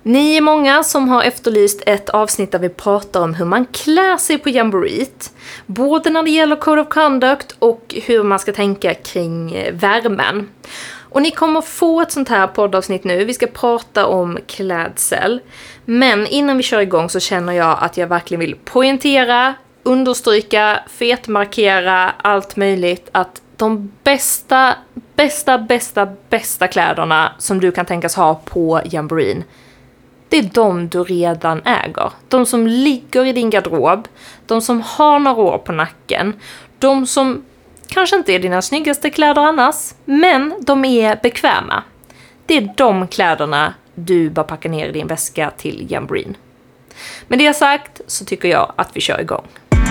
Ni är många som har efterlyst ett avsnitt där vi pratar om hur man klär sig på jamboreet. Både när det gäller Code of Conduct och hur man ska tänka kring värmen. Och ni kommer få ett sånt här poddavsnitt nu. Vi ska prata om klädsel. Men innan vi kör igång så känner jag att jag verkligen vill poängtera, understryka, fetmarkera, allt möjligt. Att de bästa kläderna som du kan tänkas ha på jamboreen, det är de du redan äger. De som ligger i din garderob. De som har några år på nacken. De som kanske inte är dina snyggaste kläder annars, men de är bekväma. Det är de kläderna du bara packar ner i din väska till jamboreen. Med det sagt så tycker jag att vi kör igång.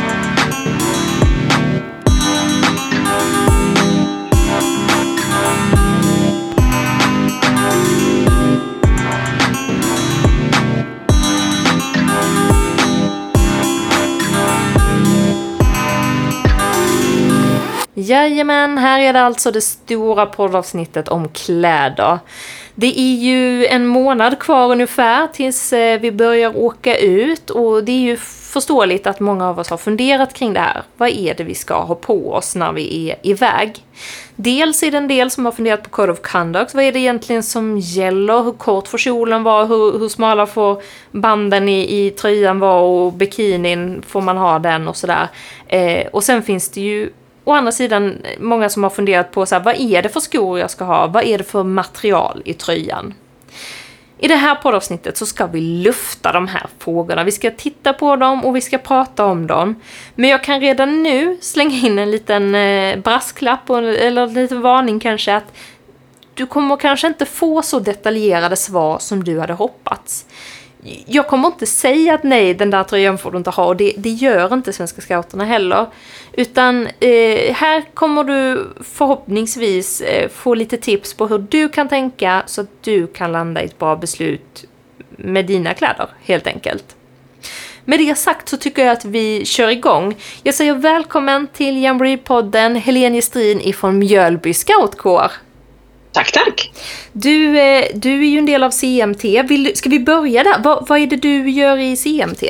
Jajamän, här är det alltså det stora poddavsnittet om kläder. Det är ju en månad kvar ungefär tills vi börjar åka ut, och det är ju förståeligt att många av oss har funderat kring det här. Vad är det vi ska ha på oss när vi är iväg? Dels är det en del som har funderat på Code of Conduct. Vad är det egentligen som gäller? Hur kort får kjolen vara? Hur smala får banden i tröjan vara? Och bikinin, får man ha den och sådär? Och sen finns det ju å andra sidan många som har funderat på så här, vad är det för skor jag ska ha? Vad är det för material i tröjan? I det här poddavsnittet så ska vi lufta de här frågorna. Vi ska titta på dem och vi ska prata om dem. Men jag kan redan nu slänga in en liten brasklapp eller en liten varning kanske, att du kommer kanske inte få så detaljerade svar som du hade hoppats. Jag kommer inte säga att nej, den där tröjan får du inte ha, och det gör inte Svenska Scouterna heller. Utan här kommer du förhoppningsvis få lite tips på hur du kan tänka så att du kan landa i ett bra beslut med dina kläder, helt enkelt. Med det sagt så tycker jag att vi kör igång. Jag säger välkommen till Jamboree-podden Helene Gestrin ifrån Mjölby Scoutkår. Tack. Du är ju en del av CMT. Ska vi börja där? Vad är det du gör i CMT?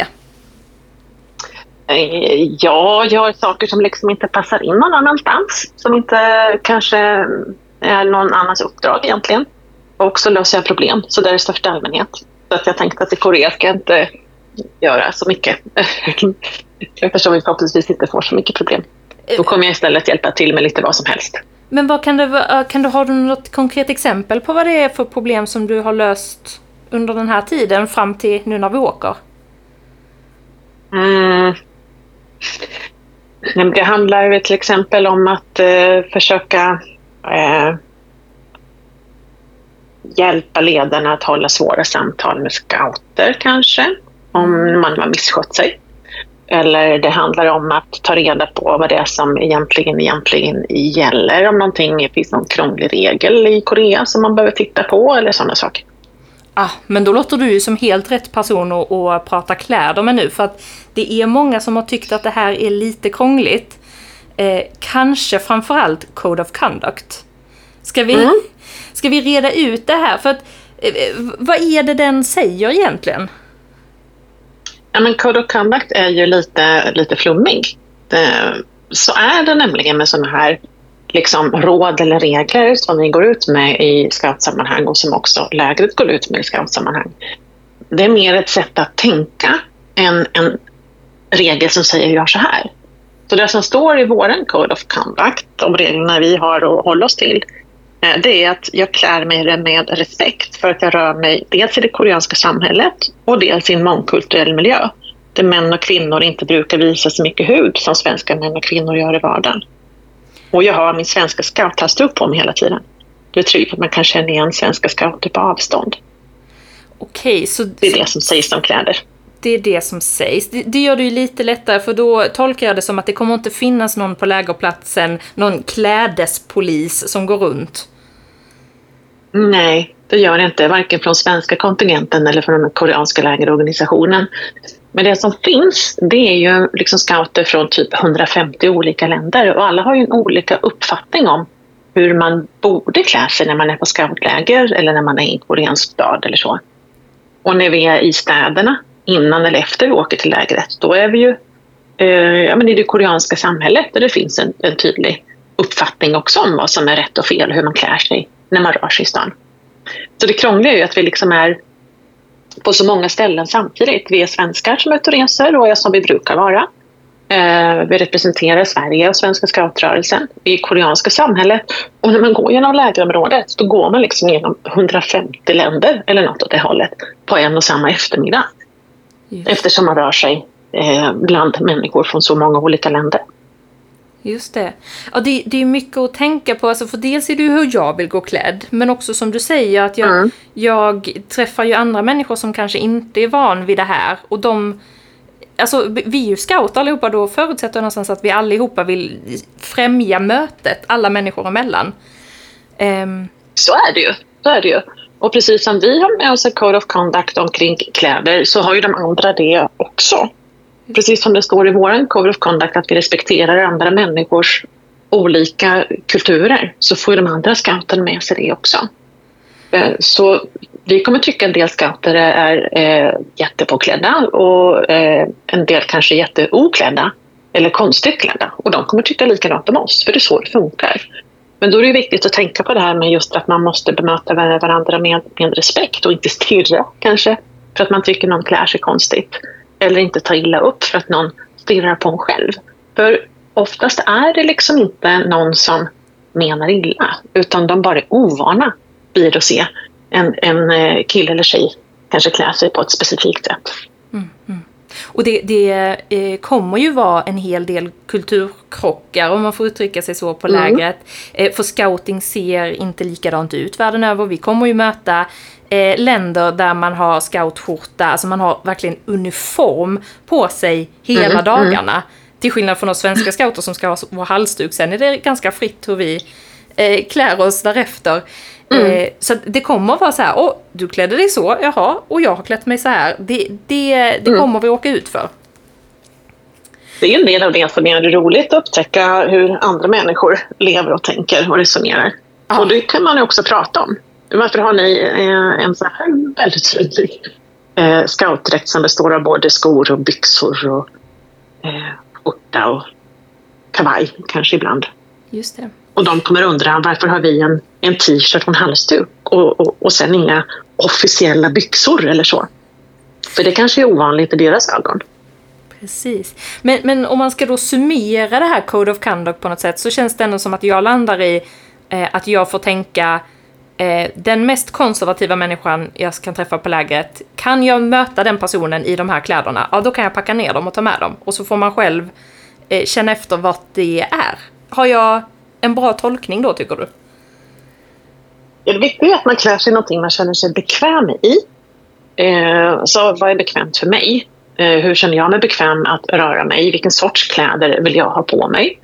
Jag gör saker som liksom inte passar in någon annanstans. Som inte kanske är någon annans uppdrag egentligen. Och så löser jag problem. Så det är i största allmänhet. Så att jag tänkte att i Korea ska jag inte göra så mycket. Eftersom vi förhoppningsvis inte får så mycket problem. Då kommer jag istället hjälpa till med lite vad som helst. Men vad har du något konkret exempel på vad det är för problem som du har löst under den här tiden fram till nu när vi åker? Det handlar till exempel om att försöka hjälpa ledarna att hålla svåra samtal med scouter kanske, om man har misskött sig. Eller det handlar om att ta reda på vad det är som egentligen gäller. Om någonting, finns någon krånglig regel i Korea som man behöver titta på eller sådana saker. Men då låter du ju som helt rätt person att prata kläder med nu. För att det är många som har tyckt att det här är lite krångligt. Kanske framförallt Code of Conduct. Ska vi reda ut det här? För att, vad är det den säger egentligen? Ja, men Code of Conduct är ju lite flummig. Så är det nämligen med sådana här liksom råd eller regler som vi går ut med i scoutsammanhang och som också lägret går ut med i scoutsammanhang. Det är mer ett sätt att tänka än en regel som säger gör så här. Så det som står i våran Code of Conduct, de reglerna vi har att hålla oss till, det är att jag klär mig med respekt för att jag rör mig dels i det koreanska samhället och dels i en mångkulturell miljö där män och kvinnor inte brukar visa så mycket hud som svenska män och kvinnor gör i vardagen. Och jag har min svenska scouthalsduk på mig hela tiden. Det är tryggt att man kan känna igen svenska scouter på avstånd. Okej, så det är det som sägs om kläder. Det är det som sägs. Det gör det ju lite lättare, för då tolkar jag det som att det kommer inte finnas någon på lägerplatsen, någon klädespolis som går runt. Nej, det gör det inte. Varken från svenska kontingenten eller från den koreanska lägerorganisationen. Men det som finns, det är ju liksom scouter från typ 150 olika länder. Och alla har ju en olika uppfattning om hur man borde klä sig när man är på scoutläger eller när man är i en koreansk stad eller så. Och när vi är i städerna, innan eller efter vi åker till lägret, då är vi ju i det koreanska samhället där det finns en tydlig uppfattning också om vad som är rätt och fel, hur man klär sig när man rör sig i stan. Så det krångliga är ju att vi liksom är på så många ställen samtidigt. Vi är svenskar som är ute och reser och är som vi brukar vara. Vi representerar Sverige och svenska scoutrörelsen i koreanska samhället. Och när man går genom lägerområdet, då går man liksom genom 150 länder eller något åt det hållet på en och samma eftermiddag. Eftersom man rör sig bland människor från så många olika länder. Just det. Ja, det är mycket att tänka på. Alltså, för dels är det ju hur jag vill gå klädd. Men också som du säger att jag träffar ju andra människor som kanske inte är van vid det här. Och vi är ju scouter allihopa, då förutsätter jag någonstans att vi allihopa vill främja mötet alla människor emellan. Så är det ju. Och precis som vi har med oss ett code of conduct omkring kläder, så har ju de andra det också. Precis som det står i våran code of conduct att vi respekterar andra människors olika kulturer, så får ju de andra scouterna med sig det också. Så vi kommer tycka en del scouter är jättepåklädda och en del kanske jätteoklädda eller konstigt klädda. Och de kommer tycka likadant om oss, för det är så det funkar. Men då är det viktigt att tänka på det här med just att man måste bemöta varandra med respekt och inte stirra kanske för att man tycker någon klär sig konstigt. Eller inte ta illa upp för att någon stirrar på en själv. För oftast är det liksom inte någon som menar illa, utan de bara är ovana vid att se en kille eller tjej kanske klär sig på ett specifikt sätt. Och det kommer ju vara en hel del kulturkrockar, om man får uttrycka sig så, på lägret. För scouting ser inte likadant ut världen över. Vi kommer ju möta länder där man har scoutskjorta, alltså man har verkligen uniform på sig hela dagarna. Till skillnad från oss svenska scouter som ska ha vår halsduk. Sen är det ganska fritt hur vi klär oss därefter. Så det kommer att vara så här, du klädde dig så, jaha, och jag har klätt mig så här. Det kommer vi åka ut för. Det är en del av det som är roligt, att upptäcka hur andra människor lever och tänker och resonerar. Och det kan man ju också prata om. Varför har ni en så här väldigt tydlig scoutdräkt som består av både skor och byxor och skjorta och kavaj kanske ibland. Just det. Och de kommer undra, varför har vi en t-shirt och en halsduk och sen inga officiella byxor eller så. För det kanske är ovanligt i deras ögon. Precis. Men om man ska då summera det här Code of Conduct på något sätt, så känns det ändå som att jag landar i att jag får tänka den mest konservativa människan jag kan träffa på lägret, kan jag möta den personen i de här kläderna, ja då kan jag packa ner dem och ta med dem. Och så får man själv känna efter vad det är. Har jag en bra tolkning då, tycker du? Ja, det viktiga är att man klär sig i någonting man känner sig bekväm i. Så vad är bekvämt för mig? Hur känner jag mig bekväm att röra mig? Vilken sorts kläder vill jag ha på mig?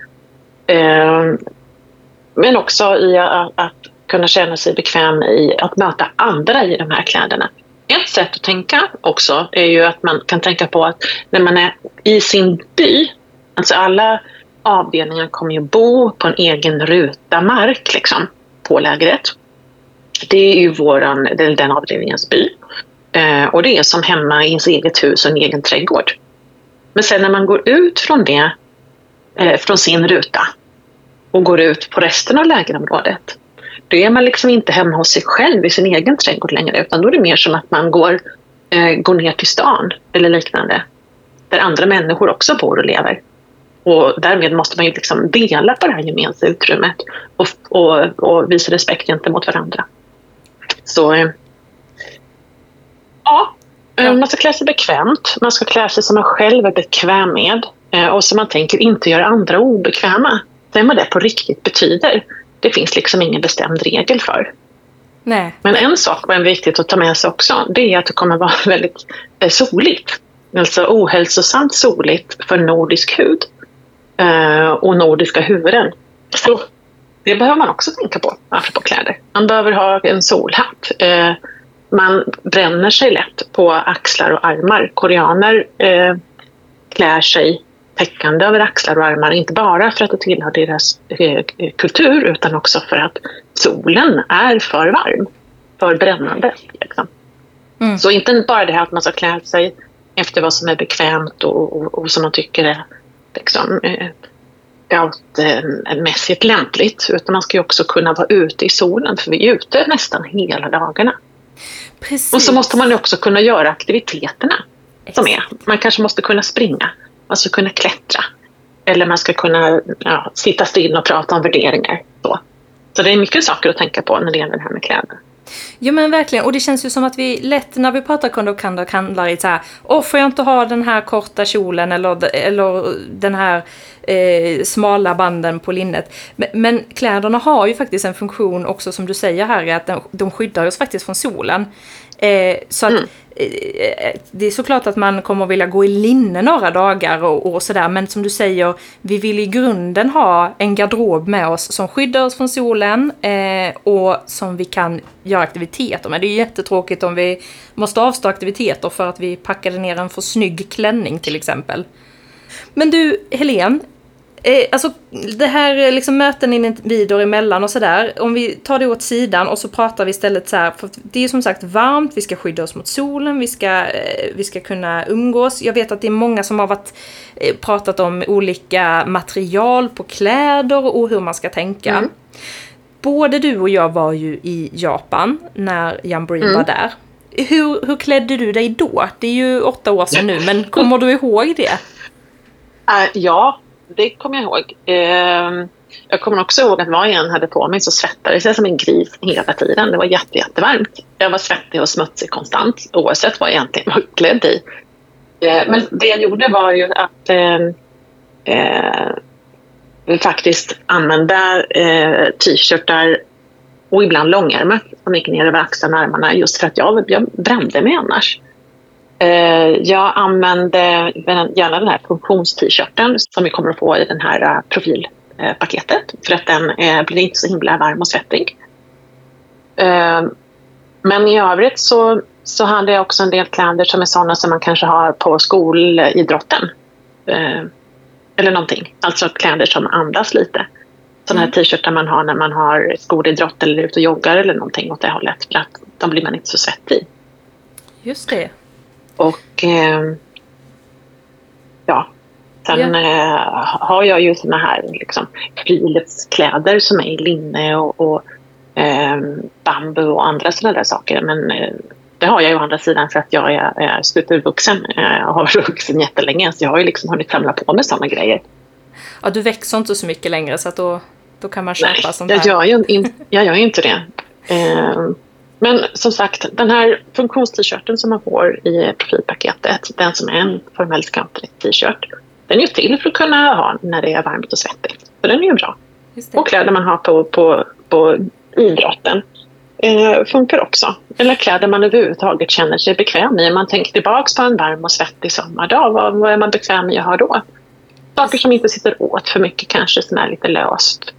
Men också i att kunna känna sig bekväm i att möta andra i de här kläderna. Ett sätt att tänka också är ju att man kan tänka på att när man är i sin by, alltså alla avdelningar kommer ju bo på en egen ruta mark liksom, på lägret. Det är ju den avdelningens by. Och det är som hemma i ens eget hus och en egen trädgård. Men sen när man går ut från det, från sin ruta och går ut på resten av lägerområdet, då är man liksom inte hemma hos sig själv i sin egen trädgård längre, utan då är det mer som att man går ner till stan eller liknande, där andra människor också bor och lever. Och därmed måste man ju liksom dela på det här gemensamma utrymmet och visa respekt gentemot varandra. Så man ska klä sig bekvämt. Man ska klä sig som man själv är bekväm med. Och som man tänker inte göra andra obekväma. Sen vad det på riktigt betyder, det finns liksom ingen bestämd regel för. Nej. Men en sak som är viktigt att ta med sig också, det är att det kommer vara väldigt soligt. Alltså ohälsosamt soligt för nordisk hud. Och nordiska huvuden. Så det behöver man också tänka på, apropå kläder. Man behöver ha en solhatt. Man bränner sig lätt på axlar och armar. Koreaner klär sig täckande över axlar och armar, inte bara för att det tillhör deras kultur, utan också för att solen är för varm, för brännande. Liksom. Så inte bara det här att man ska klä sig efter vad som är bekvämt och som man tycker är liksom, mässigt lämpligt, utan man ska ju också kunna vara ute i solen, för vi är ute nästan hela dagarna. Precis. Och så måste man ju också kunna göra aktiviteterna som är. Man kanske måste kunna springa, man ska kunna klättra, eller man ska kunna sitta still och prata om värderingar. Så det är mycket saker att tänka på när det gäller det här med kläder. Ja men verkligen, och det känns ju som att vi lätt när vi pratar kondokandak handlar i så här, får jag inte ha den här korta kjolen eller den här smala banden på linnet. Men kläderna har ju faktiskt en funktion också, som du säger här, att de skyddar oss faktiskt från solen. Så att det är såklart att man kommer att vilja gå i linne några dagar och sådär, men som du säger, vi vill i grunden ha en garderob med oss som skyddar oss från solen och som vi kan göra aktiviteter med. Det är jättetråkigt om vi måste avstå aktiviteter för att vi packade ner en för snygg klänning till exempel. Men du, Helene, alltså det här liksom möten individer emellan och sådär, om vi tar det åt sidan och så pratar vi istället så här, för det är som sagt varmt, vi ska skydda oss mot solen, vi ska kunna umgås. Jag vet att det är många som har pratat om olika material på kläder och hur man ska tänka. Både du och jag var ju i Japan när Jamboree var där. Hur klädde du dig då? Det är ju 8 år sedan nu, men kommer du ihåg det? Ja, det kommer jag ihåg. Jag kommer också ihåg att vad jag än hade på mig så svettades jag som en gris hela tiden. Det var jättevarmt. Jag var svettig och smutsig konstant, oavsett vad jag egentligen var klädd i. Men det jag gjorde var ju att faktiskt använda t-shirtar och ibland långärmat som gick ner över axlarna och armarna, just för att jag brände mig annars. Jag använde gärna den här funktions-t-shirten som vi kommer att få i den här profilpaketet, för att den blir inte så himla varm och svettig. Men i övrigt så hade jag också en del kläder som är sådana som man kanske har på skolidrotten eller någonting, alltså kläder som andas lite. Sådana här t-shirtar man har när man har skolidrott eller ut och joggar eller någonting åt det hållet, för att de blir man inte så svettig. Just det. Och sen har jag ju såna här liksom friluftskläder som är i linne och bambu och andra sådana där saker. Men det har jag ju å andra sidan för att jag är supervuxen. Jag har varit vuxen jättelänge, så jag har ju liksom hunnit samla på mig sådana grejer. Ja, du växer inte så mycket längre, så att då kan man köpa sånt här. Jag gör ju inte det. Men som sagt, den här funktions-t-shirten som man får i profilpaketet, den som är en formell t-shirt, den är ju till för att kunna ha när det är varmt och svettigt. Så den är ju bra. Och kläder man har på idrotten funkar också. Eller kläder man överhuvudtaget känner sig bekväm i. Om man tänker tillbaka på en varm och svettig sommardag, vad är man bekväm i att ha då? Saker som inte sitter åt för mycket, kanske som är lite löst.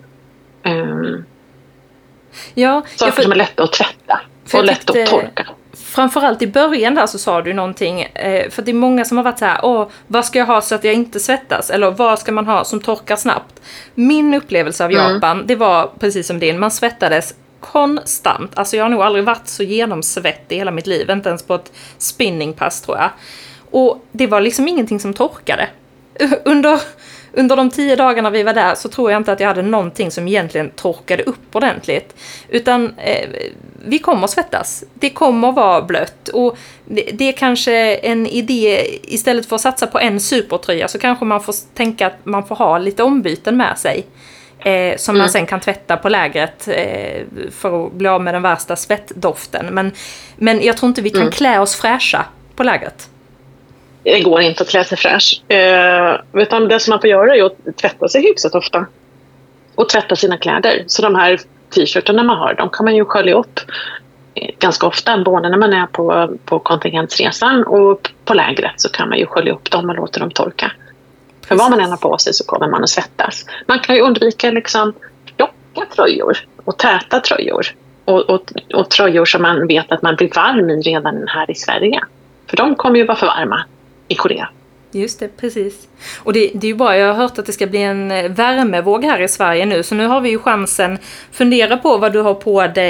Saker som är lätta att tvätta och lätt att torka. Framförallt i början där så sa du någonting, för det är många som har varit så här, vad ska jag ha så att jag inte svettas? Eller vad ska man ha som torkar snabbt? Min upplevelse av Japan, det var precis som din, man svettades konstant. Alltså jag har nog aldrig varit så genomsvettig i hela mitt liv, inte ens på ett spinningpass tror jag. Och det var liksom ingenting som torkade. Under de 10 dagarna vi var där så tror jag inte att jag hade någonting som egentligen torkade upp ordentligt. Utan vi kommer att svettas. Det kommer att vara blött. Och det är kanske en idé, istället för att satsa på en supertröja så kanske man får tänka att man får ha lite ombyten med sig. Som man sen kan tvätta på lägret för att bli av med den värsta svettdoften. Men jag tror inte vi kan klä oss fräscha på lägret. Det går inte att klä sig fräsch. Utan det som man får göra är att tvätta sig hyfsat ofta. Och tvätta sina kläder. Så de här t-shirtarna man har, de kan man ju skölja upp ganska ofta. Både när man är på kontingensresan och på lägret så kan man ju skölja upp dem och låta dem torka. För vad man än har på sig så kommer man att svettas. Man kan ju undvika liksom tjocka tröjor och täta tröjor. Och tröjor som man vet att man blir varm i redan här i Sverige. För de kommer ju vara för varma i Korea. Just det, precis. Och det är ju bra, jag har hört att det ska bli en värmevåg här i Sverige nu. Så nu har vi ju chansen, fundera på vad du har på dig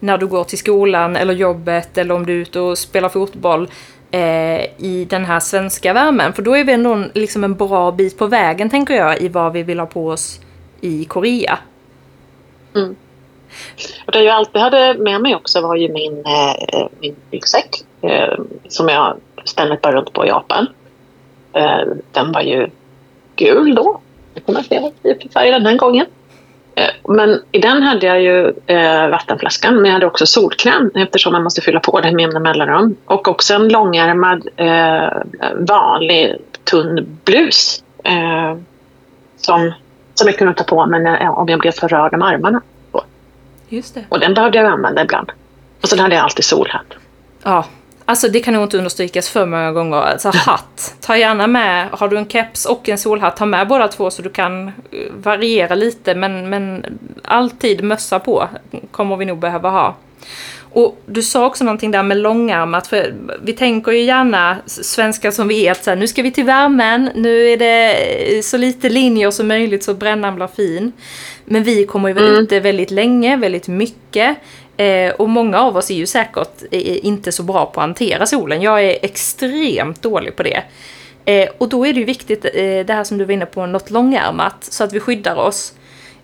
när du går till skolan eller jobbet eller om du är ute och spelar fotboll i den här svenska värmen. För då är vi ändå liksom en bra bit på vägen, tänker jag, i vad vi vill ha på oss i Korea. Mm. Och det jag alltid hade med mig också var ju min ryggsäck som jag ständigt bara runt på i Japan. Den var ju gul då. Det kommer jag se i färg den här gången. Men i den hade jag ju vattenflaskan, men jag hade också solkräm eftersom man måste fylla på den med mellanrum. Och också en långärmad vanlig tunn blus som jag kunde ta på mig om jag blev för rörd om armarna. Just det. Och den behövde jag använda ibland. Och så hade jag alltid solhatt. Ja, alltså det kan nog inte understrykas för många gånger. Alltså hatt, ta gärna med, har du en keps och en solhatt, ta med båda två så du kan variera lite. Men alltid mössa på kommer vi nog behöva ha. Och du sa också någonting där med långärmat, för vi tänker ju gärna, svenskar som vi är, att så här, nu ska vi till värmen, nu är det så lite linjer som möjligt så brännan blir fin. Men vi kommer ju vara ute väldigt länge, väldigt mycket. Och många av oss är ju säkert inte så bra på att hantera solen. Jag är extremt dålig på det. Och då är det ju viktigt, det här som du var inne på, något långärmat, så att vi skyddar oss.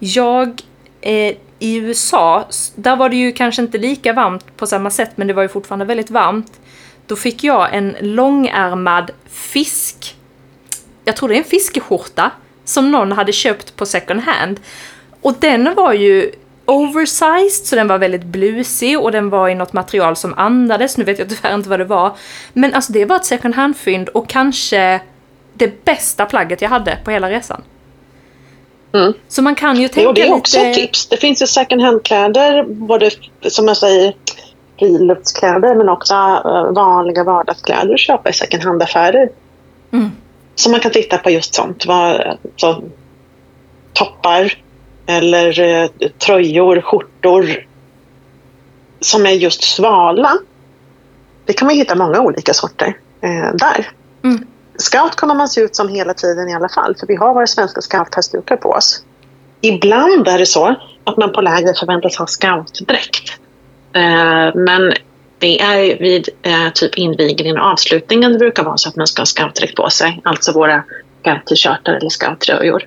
I USA, där var det ju kanske inte lika varmt på samma sätt, men det var ju fortfarande väldigt varmt. Då fick jag en långärmad jag tror det är en fiskeskjorta som någon hade köpt på second hand. Och den var ju oversized, så den var väldigt blusig och den var i något material som andades. Nu vet jag tyvärr inte vad det var. Men alltså det var ett second hand-fynd och kanske det bästa plagget jag hade på hela resan. Mm. Så man kan ju tänka det är också ett tips. Det finns ju second hand-kläder, både som jag säger friluftskläder men också vanliga vardagskläder att köpa i second hand-affärer. Mm. Så man kan titta på just sånt. Som toppar eller tröjor, skjortor som är just svala. Det kan man hitta många olika sorter där. Mm. Scout kommer man se ut som hela tiden i alla fall, för vi har våra svenska scouthalsdukar på oss. Ibland är det så att man på läger förväntas ha scoutdräkt. Men det är vid typ invigningen och avslutningen det brukar vara så att man ska ha scoutdräkt på sig. Alltså våra scout-t-shirtar eller scout-tröjor.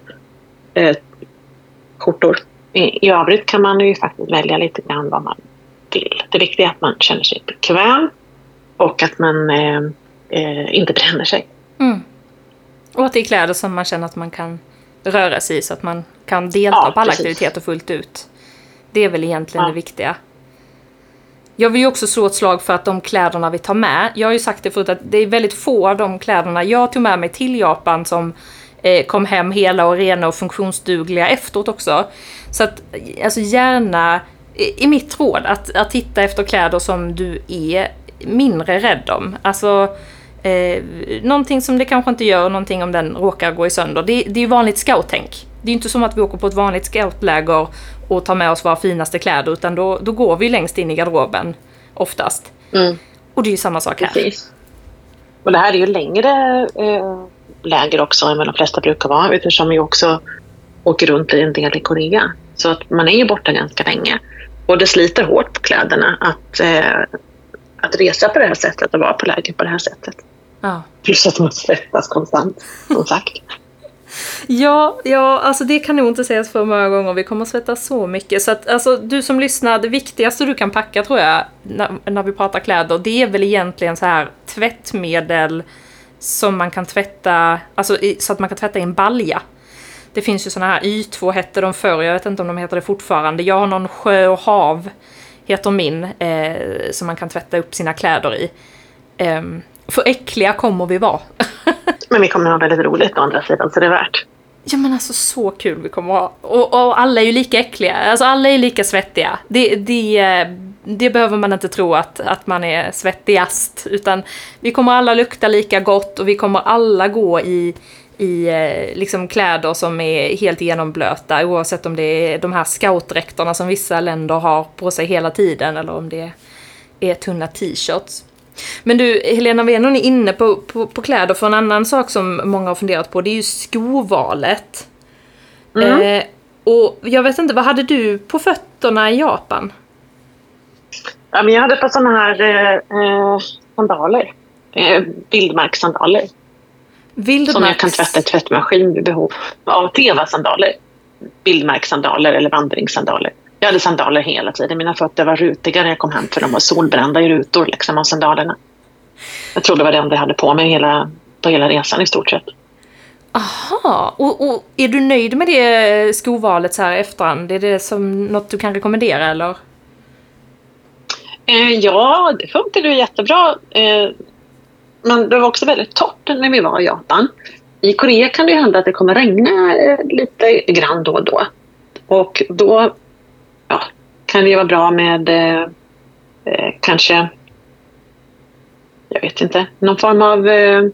Skjortor. I övrigt kan man ju faktiskt välja lite grann vad man vill. Det viktiga är att man känner sig bekväm och att man inte bränner sig. Mm. Och att det är kläder som man känner att man kan röra sig i så att man kan delta på alla aktiviteter fullt ut. Det är väl egentligen det viktiga. Jag vill ju också slå ett slag för att de kläderna vi tar med, jag har ju sagt det förut att det är väldigt få av de kläderna jag tog med mig till Japan som kom hem hela och rena och funktionsdugliga efteråt också. Så att alltså gärna i mitt råd att titta efter kläder som du är mindre rädd om. Alltså någonting som det kanske inte gör, någonting om den råkar gå i sönder. Det är ju vanligt scouttänk. Det är ju inte som att vi åker på ett vanligt scoutläger och tar med oss våra finaste kläder, utan då går vi längst in i garderoben oftast. Mm. Och det är ju samma sak här. Precis. Och det här är ju längre läger också än vad de flesta brukar vara, eftersom vi också åker runt en del i Korea. Så att man är ju borta ganska länge. Och det sliter hårt på kläderna att resa på det här sättet och vara på läger på det här sättet. Ja. Plus att man svettas konstant, som sagt. Ja, alltså det kan nog inte sägas för många gånger. Vi kommer att svettas så mycket. Så att alltså, du som lyssnar, det viktigaste du kan packa tror jag när vi pratar kläder, det är väl egentligen så här tvättmedel som man kan tvätta, alltså så att man kan tvätta i en balja. Det finns ju såna här Y2 hette de förr, jag vet inte om de heter det fortfarande. Jag har någon sjö och hav, heter min, som man kan tvätta upp sina kläder i. För äckliga kommer vi vara. Men vi kommer ha väldigt roligt å andra sidan, så det är värt. Ja men alltså så kul vi kommer ha. Och alla är ju lika äckliga, alltså alla är lika svettiga. Det behöver man inte tro att man är svettigast. Utan vi kommer alla lukta lika gott och vi kommer alla gå i liksom kläder som är helt genomblöta, oavsett om det är de här scoutdräkterna som vissa länder har på sig hela tiden eller om det är tunna t-shirts. Men du, Helena, vi är nog inne på kläder, för en annan sak som många har funderat på, det är ju skovalet. Och jag vet inte, vad hade du på fötterna i Japan? Ja, men jag hade på såna här sandaler. Vildmarkssandaler. Som jag kan tvätta i tvättmaskin vid behov. Av teva-sandaler. Vildmarkssandaler eller vandringssandaler. Jag hade sandaler hela tiden. Mina fötter var rutiga när jag kom hem för de var solbrända i rutor liksom, av sandalerna. Jag tror det var det enda jag hade på mig på hela resan i stort sett. Aha, och är du nöjd med det skovalet så här efterhand? Är det som något du kan rekommendera eller? Ja, det funkade ju jättebra. Men det var också väldigt torrt när vi var i Japan. I Korea kan det ju hända att det kommer regna lite grann då och då. Och då kan det ju vara bra med kanske, jag vet inte, någon form av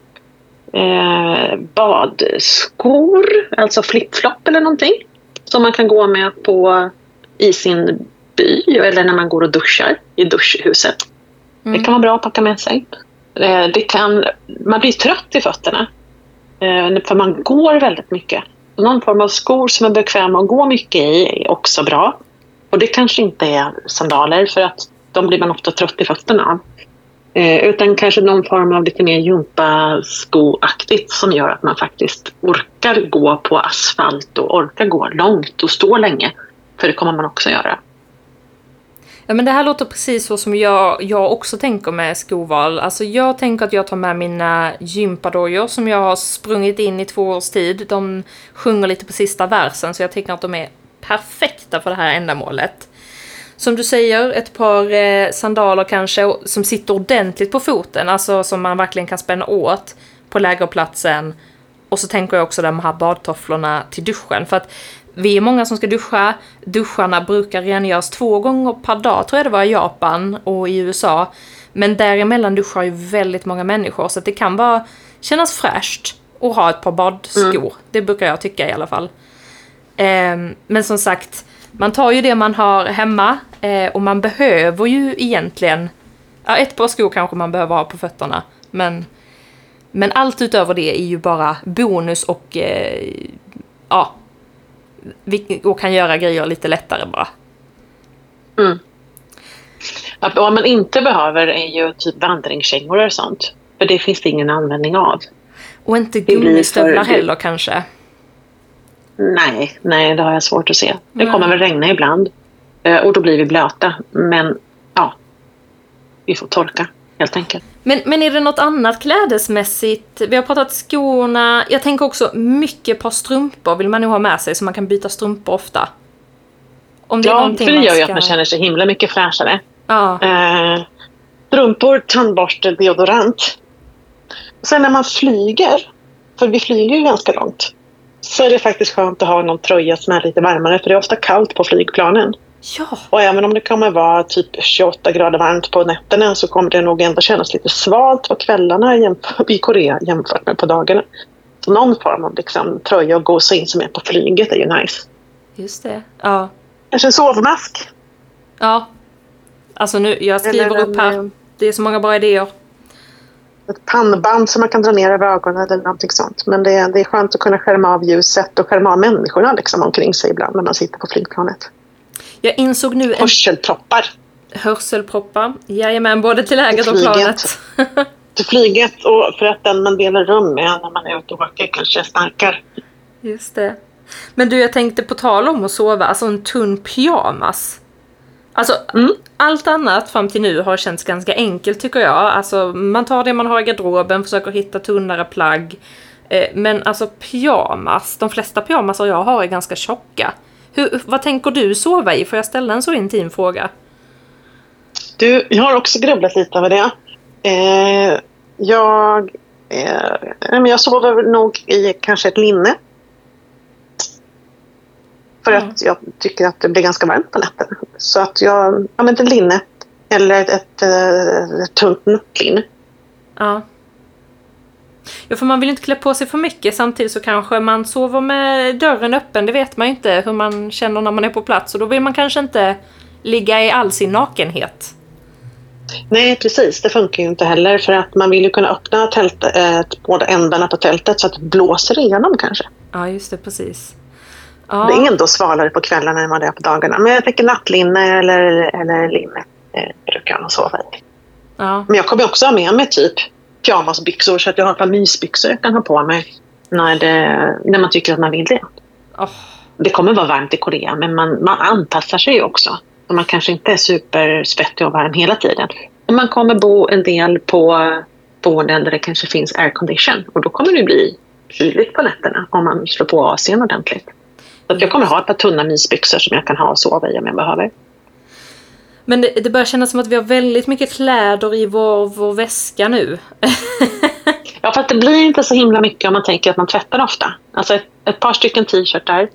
badskor, alltså flip-flop eller någonting. Som man kan gå med i sin by eller när man går och duschar i duschhuset. Det kan vara bra att packa med sig. Man blir trött i fötterna för man går väldigt mycket. Någon form av skor som är bekväma att gå mycket i är också bra. Och det kanske inte är sandaler för att de blir man ofta trött i fötterna av. Utan kanske någon form av lite mer gympaskoaktigt som gör att man faktiskt orkar gå på asfalt och orkar gå långt och stå länge. För det kommer man också göra. Ja, men det här låter precis så som jag också tänker med skoval. Alltså jag tänker att jag tar med mina gympadojor som jag har sprungit in i 2 års tid. De sjunger lite på sista versen så jag tänker att de är perfekta för det här ändamålet. Som du säger, ett par sandaler kanske som sitter ordentligt på foten. Alltså som man verkligen kan spänna åt på lägerplatsen. Och så tänker jag också de här badtofflorna till duschen. För att vi är många som ska duscha. Duscharna brukar rengöras 2 gånger per dag, tror jag det var i Japan och i USA. Men däremellan duschar ju väldigt många människor. Så att det kan bara kännas fräscht att ha ett par badskor. Det brukar jag tycka i alla fall. Men som sagt, man tar ju det man har hemma. Och man behöver ju egentligen ett par skor kanske man behöver ha på fötterna. Men allt utöver det är ju bara bonus och och kan göra grejer lite lättare bara. Vad man inte behöver är ju typ vandringskängor och sånt. För det finns det ingen användning av. Och inte gummistövlar heller kanske. Nej, det har jag svårt att se. Det kommer väl regna ibland. Och då blir vi blöta. Men vi får torka helt enkelt. Men är det något annat klädesmässigt? Vi har pratat skorna. Jag tänker också mycket på strumpor. Vill man nog ha med sig så man kan byta strumpor ofta. Om det är för det gör ju att man känner sig himla mycket fräschare. Ja. Strumpor, tandborste, deodorant. Sen när man flyger, för vi flyger ju ganska långt, så är det faktiskt skönt att ha någon tröja som är lite varmare. För det är ofta kallt på flygplanen. Ja. Och även om det kommer vara typ 28 grader varmt på nätterna så kommer det nog ändå kännas lite svalt på kvällarna i Korea jämfört med på dagarna. Så någon form av liksom, tröja och gosa in som är på flyget är ju nice. Just det, ja. Kanske en sovmask. Ja. Alltså nu, jag skriver upp här. Det är så många bra idéer. Ett pannband som man kan dra ner över ögonen eller någonting sånt. Men det är skönt att kunna skärma av ljuset och skärma av människorna liksom omkring sig ibland när man sitter på flygplanet. Jag insåg nu Hörselproppar. Jajamän, både till läget och planet. Till flyget och för att den man delar rum med när man är ute och åker kanske starkare. Just det. Men du, jag tänkte på tal om att sova, alltså en tunn pyjamas. Alltså, allt annat fram till nu har känts ganska enkelt tycker jag. Alltså, man tar det man har i garderoben, försöker hitta tunnare plagg. Men alltså pyjamas, de flesta pyjamasar jag har är ganska tjocka. Vad tänker du sova i? Får jag ställa en så intim fråga? Jag har också grubblat lite över det. Jag sover nog i kanske ett linne. För att jag tycker att det blir ganska varmt på natten. Så att jag använder ett linne eller ett tunt nattlinne. Ja. Ja, för man vill inte klä på sig för mycket. Samtidigt så kanske man sover med dörren öppen. Det vet man ju inte hur man känner när man är på plats. Och då vill man kanske inte ligga i all sin nakenhet. Nej, precis. Det funkar ju inte heller. För att man vill ju kunna öppna tältet, båda ändarna på tältet så att det blåser igenom kanske. Ja, just det. Precis. Ja. Det är ändå svalare på kvällarna än vad det är på dagarna. Men jag tänker nattlinne eller linne. brukar jag nog sova i. Ja. Men jag kommer också ha med mig typ pyjamasbyxor så att jag har ett par mysbyxor jag kan ha på mig när man tycker att man vill det. Oh. Det kommer vara varmt i Korea, men man anpassar sig ju också. Och man kanske inte är supersvettig och varm hela tiden. Och man kommer bo en del på boenden där det kanske finns aircondition. Och då kommer det bli kyligt på nätterna om man slår på AC:n ordentligt. Så att jag kommer ha ett par tunna mysbyxor som jag kan ha och sova i om jag behöver. Men det börjar kännas som att vi har väldigt mycket kläder i vår väska nu. Ja, för att det blir inte så himla mycket om man tänker att man tvättar ofta. Alltså ett par stycken t-shirtar,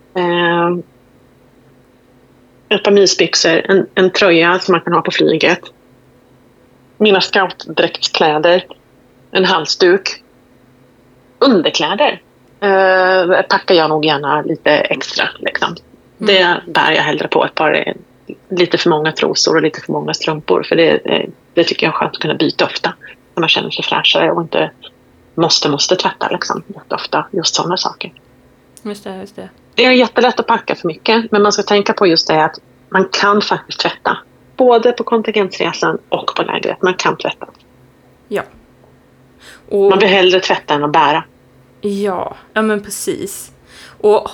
ett par mysbyxor, en tröja som man kan ha på flyget, mina scoutdräktskläder, en halsduk, underkläder. Packar jag nog gärna lite extra. Liksom. Det bär jag hellre på ett par lite för många trosor och lite för många strumpor. För det tycker jag är skönt att kunna byta ofta. När man känner sig fräschare och inte måste tvätta liksom, ofta. Just sådana saker. Just det. Det är jättelätt att packa för mycket. Men man ska tänka på just det att man kan faktiskt tvätta. Både på kontingensresan och på lägret. Man kan tvätta. Ja. Och man vill hellre tvätta än att bära. Ja men precis. Och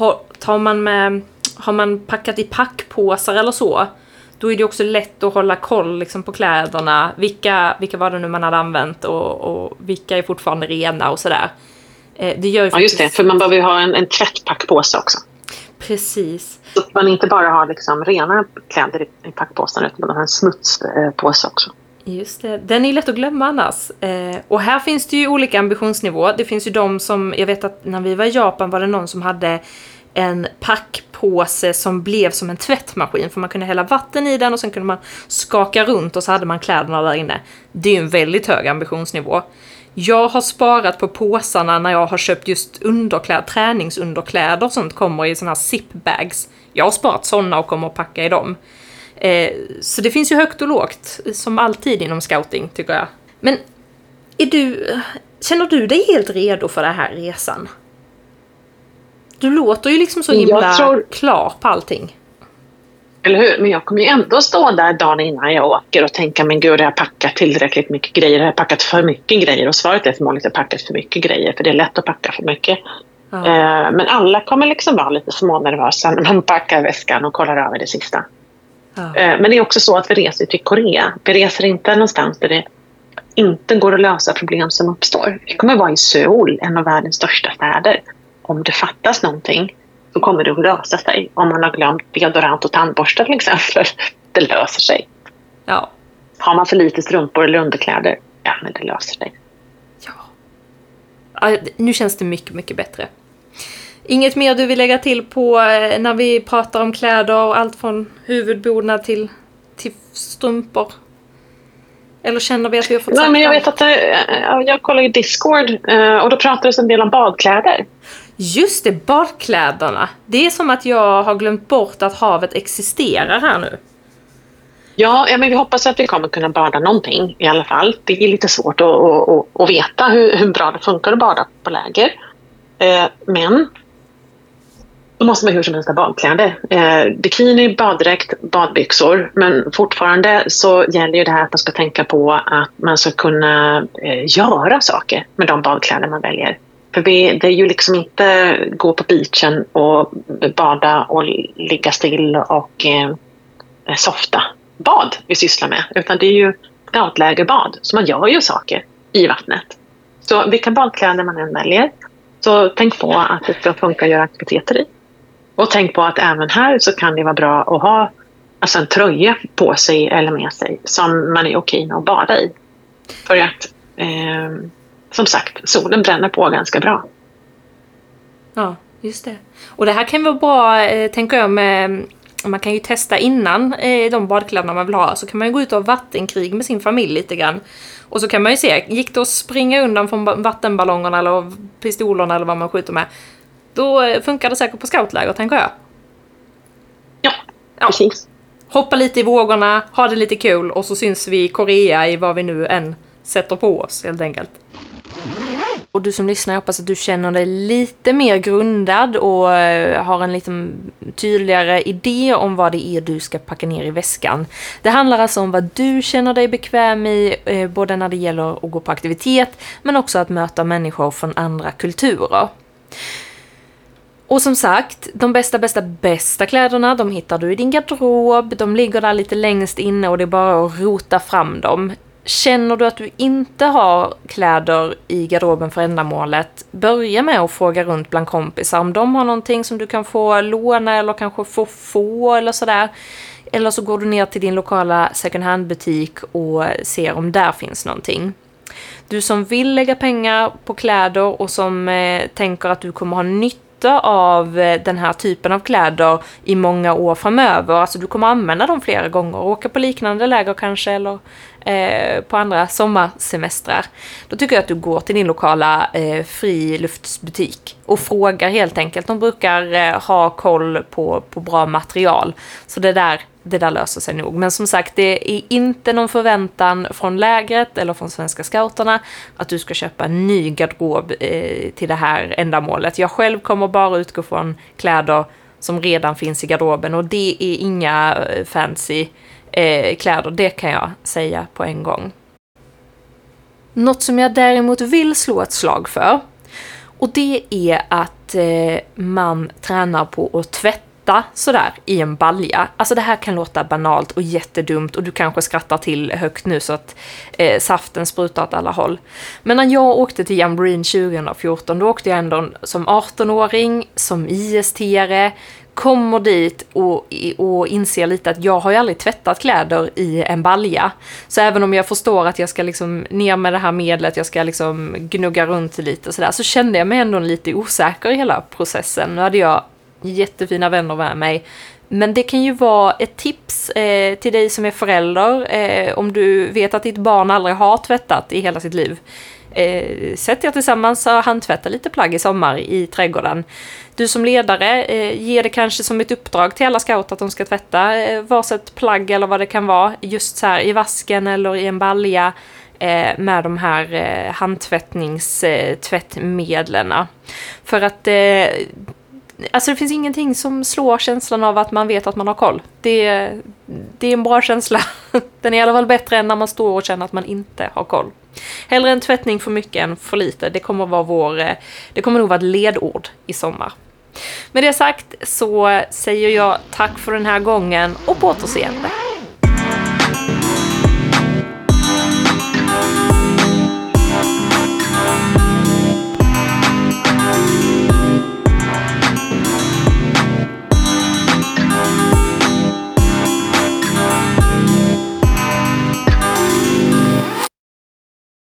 har man packat i packpåsar eller så, då är det också lätt att hålla koll liksom, på kläderna. Vilka var det nu man hade använt och vilka är fortfarande rena och sådär. Det gör ju ja, just det. För man behöver ju ha en tvättpackpåse också. Precis. Så att man inte bara har liksom rena kläder i packpåsen utan man har en smutspåse också. Just det. Den är lätt att glömma annars. Och här finns det ju olika ambitionsnivåer. Det finns ju de som, jag vet att när vi var i Japan var det någon som hade en packpåse som blev som en tvättmaskin. För man kunde hälla vatten i den och sen kunde man skaka runt och så hade man kläderna där inne. Det är ju en väldigt hög ambitionsnivå. Jag har sparat på påsarna när jag har köpt just träningsunderkläder och sånt kommer i såna här zip-bags. Jag har sparat såna och kommer att packa i dem. Så det finns ju högt och lågt, som alltid inom scouting tycker jag. Men känner du dig helt redo för den här resan? Du låter ju liksom så himla klar på allting. Eller hur? Men jag kommer ju ändå stå där dagen innan jag åker och tänka, men gud, jag har packat tillräckligt mycket grejer. Jag har packat för mycket grejer. Och svaret är förmodligen att jag har packat för mycket grejer. För det är lätt att packa för mycket. Ja. Men alla kommer liksom vara lite smånervösa när man packar väskan och kollar över det sista. Ja. Men det är också så att vi reser till Korea. Vi reser inte någonstans där det inte går att lösa problem som uppstår. Vi kommer vara i Seoul, en av världens största städer. Om det fattas någonting så kommer det att lösa sig. Om man har glömt deodorant och tandborste till exempel. Det löser sig. Ja. Har man för lite strumpor eller underkläder, ja, men det löser sig. Ja, nu känns det mycket, mycket bättre. Inget mer du vill lägga till på när vi pratar om kläder och allt från huvudbonad till strumpor? Eller känner vi att vi har fått sagt? Nej, men jag vet att jag kollar i Discord och då pratades en del om badkläder. Just det, badkläderna. Det är som att jag har glömt bort att havet existerar här nu. Ja, men vi hoppas att vi kommer kunna bada någonting i alla fall. Det är lite svårt att veta hur bra det funkar att bada på läger. Men då måste man hur som helst ha badkläder. Bikini, baddräkt, badbyxor. Men fortfarande så gäller ju det här att man ska tänka på att man ska kunna göra saker med de badkläder man väljer. För det är ju liksom inte gå på beachen och bada och ligga still och softa bad vi sysslar med. Utan det är ju scoutlägerbad. Så man gör ju saker i vattnet. Så vilka badkläder man än väljer, så tänk på att det ska funka att göra aktiviteter i. Och tänk på att även här så kan det vara bra att ha en tröja på sig eller med sig som man är okej med att bada i. För att som sagt, solen bränner på ganska bra. Ja, just det. Och det här kan vara bra, tänker jag, med man kan ju testa innan de badkläderna man vill ha. Så kan man ju gå ut och vattenkrig med sin familj lite grann. Och så kan man ju se, gick det att springa undan från vattenballongerna eller pistolerna eller vad man skjuter med. Då funkar det säkert på scoutläger, tänker jag. Ja, precis. Hoppa lite i vågorna, ha det lite kul och så syns vi i Korea i vad vi nu än sätter på oss helt enkelt. Och du som lyssnar, jag hoppas att du känner dig lite mer grundad och har en lite tydligare idé om vad det är du ska packa ner i väskan. Det handlar alltså om vad du känner dig bekväm i, både när det gäller att gå på aktivitet men också att möta människor från andra kulturer. Och som sagt, de bästa kläderna, de hittar du i din garderob. De ligger där lite längst inne och det är bara att rota fram dem. Känner du att du inte har kläder i garderoben för ändamålet, börja med att fråga runt bland kompisar om de har någonting som du kan få låna eller kanske få eller sådär. Eller så går du ner till din lokala second hand-butik och ser om där finns någonting. Du som vill lägga pengar på kläder och som tänker att du kommer ha nytta av den här typen av kläder i många år framöver. Alltså du kommer använda dem flera gånger. Åka på liknande läger kanske eller på andra sommarsemestrar. Då tycker jag att du går till din lokala friluftsbutik och frågar helt enkelt. De brukar ha koll på bra material. Så det där löser sig nog. Men som sagt, det är inte någon förväntan från lägret eller från Svenska Scouterna att du ska köpa en ny garderob till det här ändamålet. Jag själv kommer bara utgå från kläder som redan finns i garderoben och det är inga fancy kläder, det kan jag säga på en gång. Något som jag däremot vill slå ett slag för, och det är att man tränar på att tvätta sådär i en balja. Alltså det här kan låta banalt och jättedumt och du kanske skrattar till högt nu så att saften sprutar åt alla håll. Men när jag åkte till Jamboree 2014, då åkte jag ändå som 18-åring, som IS-tiare, kommer dit och inser lite att jag har ju aldrig tvättat kläder i en balja. Så även om jag förstår att jag ska liksom ner med det här medlet, jag ska liksom gnugga runt lite och sådär, så kände jag mig ändå lite osäker i hela processen. Nu hade jag jättefina vänner med mig. Men det kan ju vara ett tips till dig som är förälder om du vet att ditt barn aldrig har tvättat i hela sitt liv. Sätt er tillsammans och handtvätta lite plagg i sommar i trädgården. Du som ledare ger det kanske som ett uppdrag till alla scouter att de ska tvätta varsitt plagg eller vad det kan vara just så här i vasken eller i en balja med de här handtvättningstvättmedlen. För att alltså det finns ingenting som slår känslan av att man vet att man har koll. Det är en bra känsla. Den är i alla fall bättre än när man står och känner att man inte har koll. Hellre en tvättning för mycket än för lite. Det kommer nog vara ett ledord i sommar. Med det sagt så säger jag tack för den här gången och på återseende.